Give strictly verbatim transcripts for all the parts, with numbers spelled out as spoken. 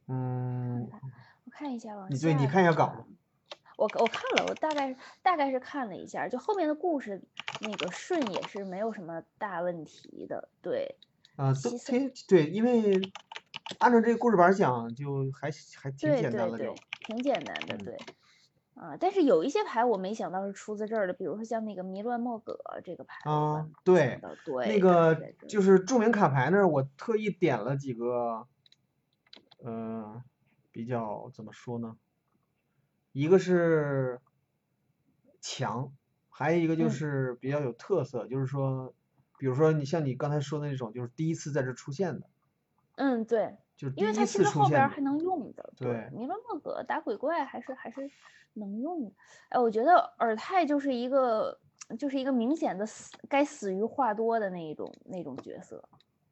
嗯， 我看一下往下。 你对，你看一下稿子。 我我看了，我大概大概是看了一下，就后面的故事那个顺也是没有什么大问题的，对。 啊，都挺对，因为按照这个故事板讲，就还还挺简单了，就对对对，挺简单的， 嗯、 对。啊，但是有一些牌我没想到是出自这儿的，比如说像那个迷乱莫葛这个牌， 啊， 我对， 想到，对， 那个就就是著名卡牌那儿，我特意点了几个，呃，比较怎么说呢？一个是强，还有一个就嗯是比较有特色，就是说，比如说你像你刚才说的那种，就是第一次在这出现的， 嗯，对， 就是因为第一次它其实出现的， 后边还能用的，对， 对， 迷乱莫葛打鬼怪还是还是能用的。哎，我觉得尔泰就是一个就是一个明显的死该死于话多的那一种那种角色。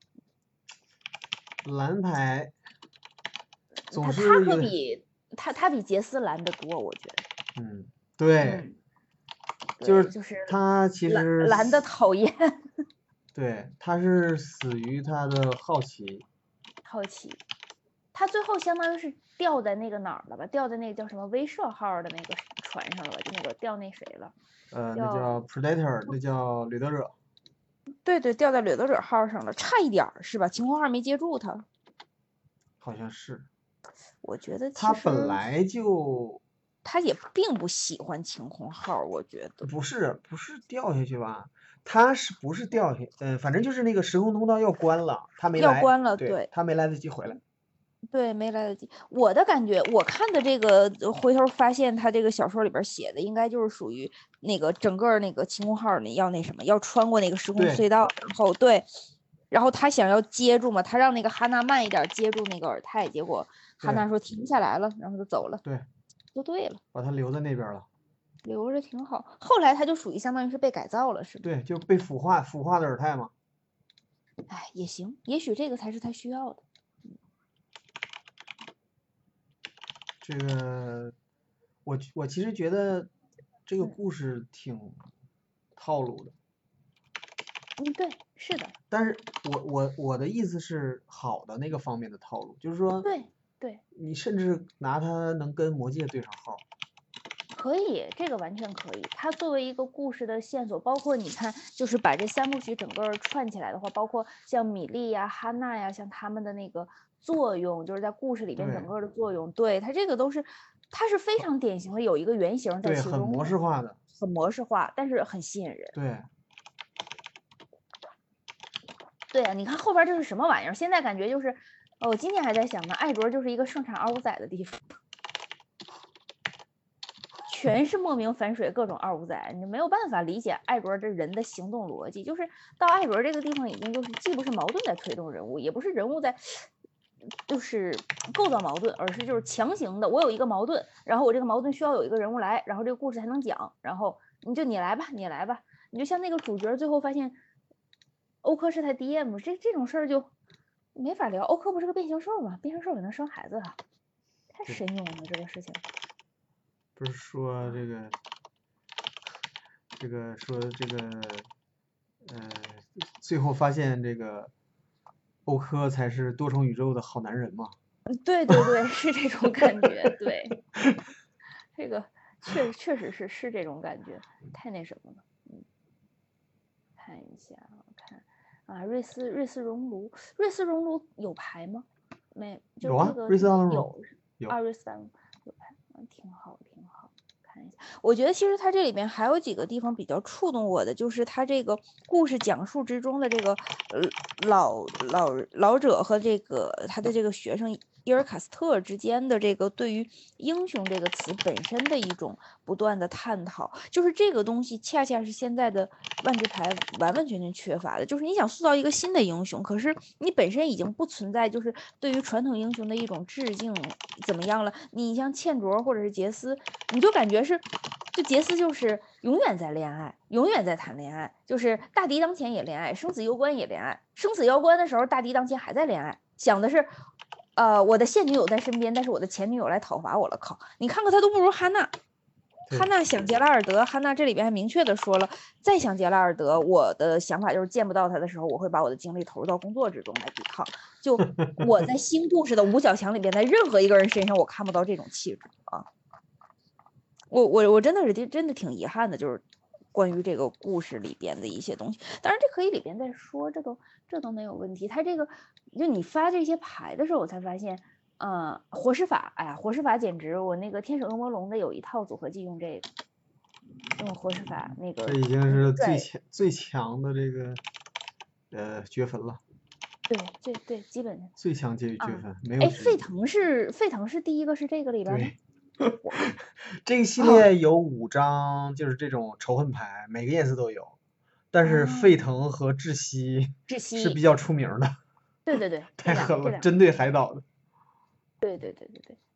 蓝牌总他他是有点， 可比他他比杰斯蓝的多，我觉得。 嗯，对， 嗯，对， 就是就是他其蓝实蓝的讨厌。 对，他是死于他的好奇， 好奇，他最后相当于是掉在那个哪儿了吧？掉在那个叫什么威慑号的那个船上了吧？就那个掉那谁了？ 呃，那掉叫 Predator，那叫掠夺者。 对对，掉在掠夺者号上了，差一点是吧？晴空号没接住他， 好像是。 我觉得他其实本来就他也并不喜欢晴空号，我觉得不是不是掉下去吧？他是不是掉下去？嗯，反正就是那个时空通道要关了，他没来， 要关了， 对， 对。 他没来得及回来。 对，没来得及。我的感觉，我看的这个，回头发现他这个小说里边写的，应该就是属于那个整个那个晴空号那要那什么，要穿过那个时空隧道，然后对，然后他想要接住嘛，他让那个哈娜慢一点接住那个尔泰，结果哈娜说停下来了，然后就走了。 对， 就对了， 把他留在那边了。 留着挺好。后来他就属于相当于是被改造了，是吗？ 对，就被腐化腐化的尔泰嘛。 哎，也行，也许这个才是他需要的。 这个，我我其实觉得这个嗯故事挺套路的。 嗯，对，是的。 但是我我我的意思是好的那个方面的套路，就是说， 对对， 你甚至拿它能跟魔戒对上号。 可以，这个完全可以。它作为一个故事的线索，包括你看，就是把这三部曲整个串起来的话，包括像米莉呀、哈娜呀，像他们的那个作用，就是在故事里边整个的作用，对它这个都是，它是非常典型的有一个原型在其中， 对，很模式化的， 很模式化，但是很吸引人。 对。 对啊，你看后边这是什么玩意儿？现在感觉就是，哦，我今天还在想呢，艾卓就是一个盛产二五仔的地方。全是莫名反水，各种二五仔，你没有办法理解艾卓这人的行动逻辑。就是到艾卓这个地方，已经就是既不是矛盾在推动人物，也不是人物在就是构造矛盾，而是就是强行的，我有一个矛盾，然后我这个矛盾需要有一个人物来，然后这个故事才能讲，然后你就你来吧，你来吧，你就像那个主角最后发现欧科是他爹嘛，这这种事儿就没法聊。欧科不是个变形兽吗？变形兽也能生孩子啊，太神勇了这个事情。 不是说这个，这个说这个，呃，最后发现这个欧科才是多重宇宙的好男人嘛？ 对对对，是这种感觉，对，这个确确实是是这种感觉，太那什么了，嗯，看一下，我看啊，瑞斯瑞斯熔炉，瑞斯熔炉有牌吗？没，就有啊， 这个瑞斯当中有有啊，瑞斯当有牌，嗯，挺好挺好。看一下，我觉得其实它这里边还有几个地方比较触动我的，就是它这个故事讲述之中的这个呃老老老者和这个他的这个学生伊尔卡斯特之间的这个对于英雄这个词本身的一种不断的探讨，就是这个东西恰恰是现在的万智牌完完全全缺乏的。就是你想塑造一个新的英雄，可是你本身已经不存在，就是对于传统英雄的一种致敬怎么样了？你像茜卓或者是杰斯，你就感觉是。就杰斯就是永远在恋爱，永远在谈恋爱，就是大敌当前也恋爱，生死攸关也恋爱。生死攸关的时候，大敌当前还在恋爱，想的是，呃，我的现女友在身边，但是我的前女友来讨伐我了。靠，你看看他都不如哈娜。 对哈娜想杰拉尔德，哈娜这里边还明确的说了，再想杰拉尔德，我的想法就是见不到他的时候，我会把我的精力投入到工作之中来抵抗。就我在新故事的五小强里边，在任何一个人身上，我看不到这种气质啊。我我我真的是真的挺遗憾的，就是关于这个故事里边的一些东西。当然，这可以里边再说，这都这都没有问题。他这个就你发这些牌的时候，我才发现，呃，活尸法，哎呀，活尸法简直，我那个天使恶魔龙的有一套组合技用这个，用活尸法那个。 这已经是最强最强的这个呃绝坟了。 对对对，基本上。 最强结语绝坟， 啊、 没有。 哎，沸腾是沸腾是第一个是这个里边吗？ 这个系列有五张，就是这种仇恨牌，每个颜色都有。但是沸腾和窒息窒息是比较出名的。 对对对， 太狠了，针对海岛的。 对对对对对。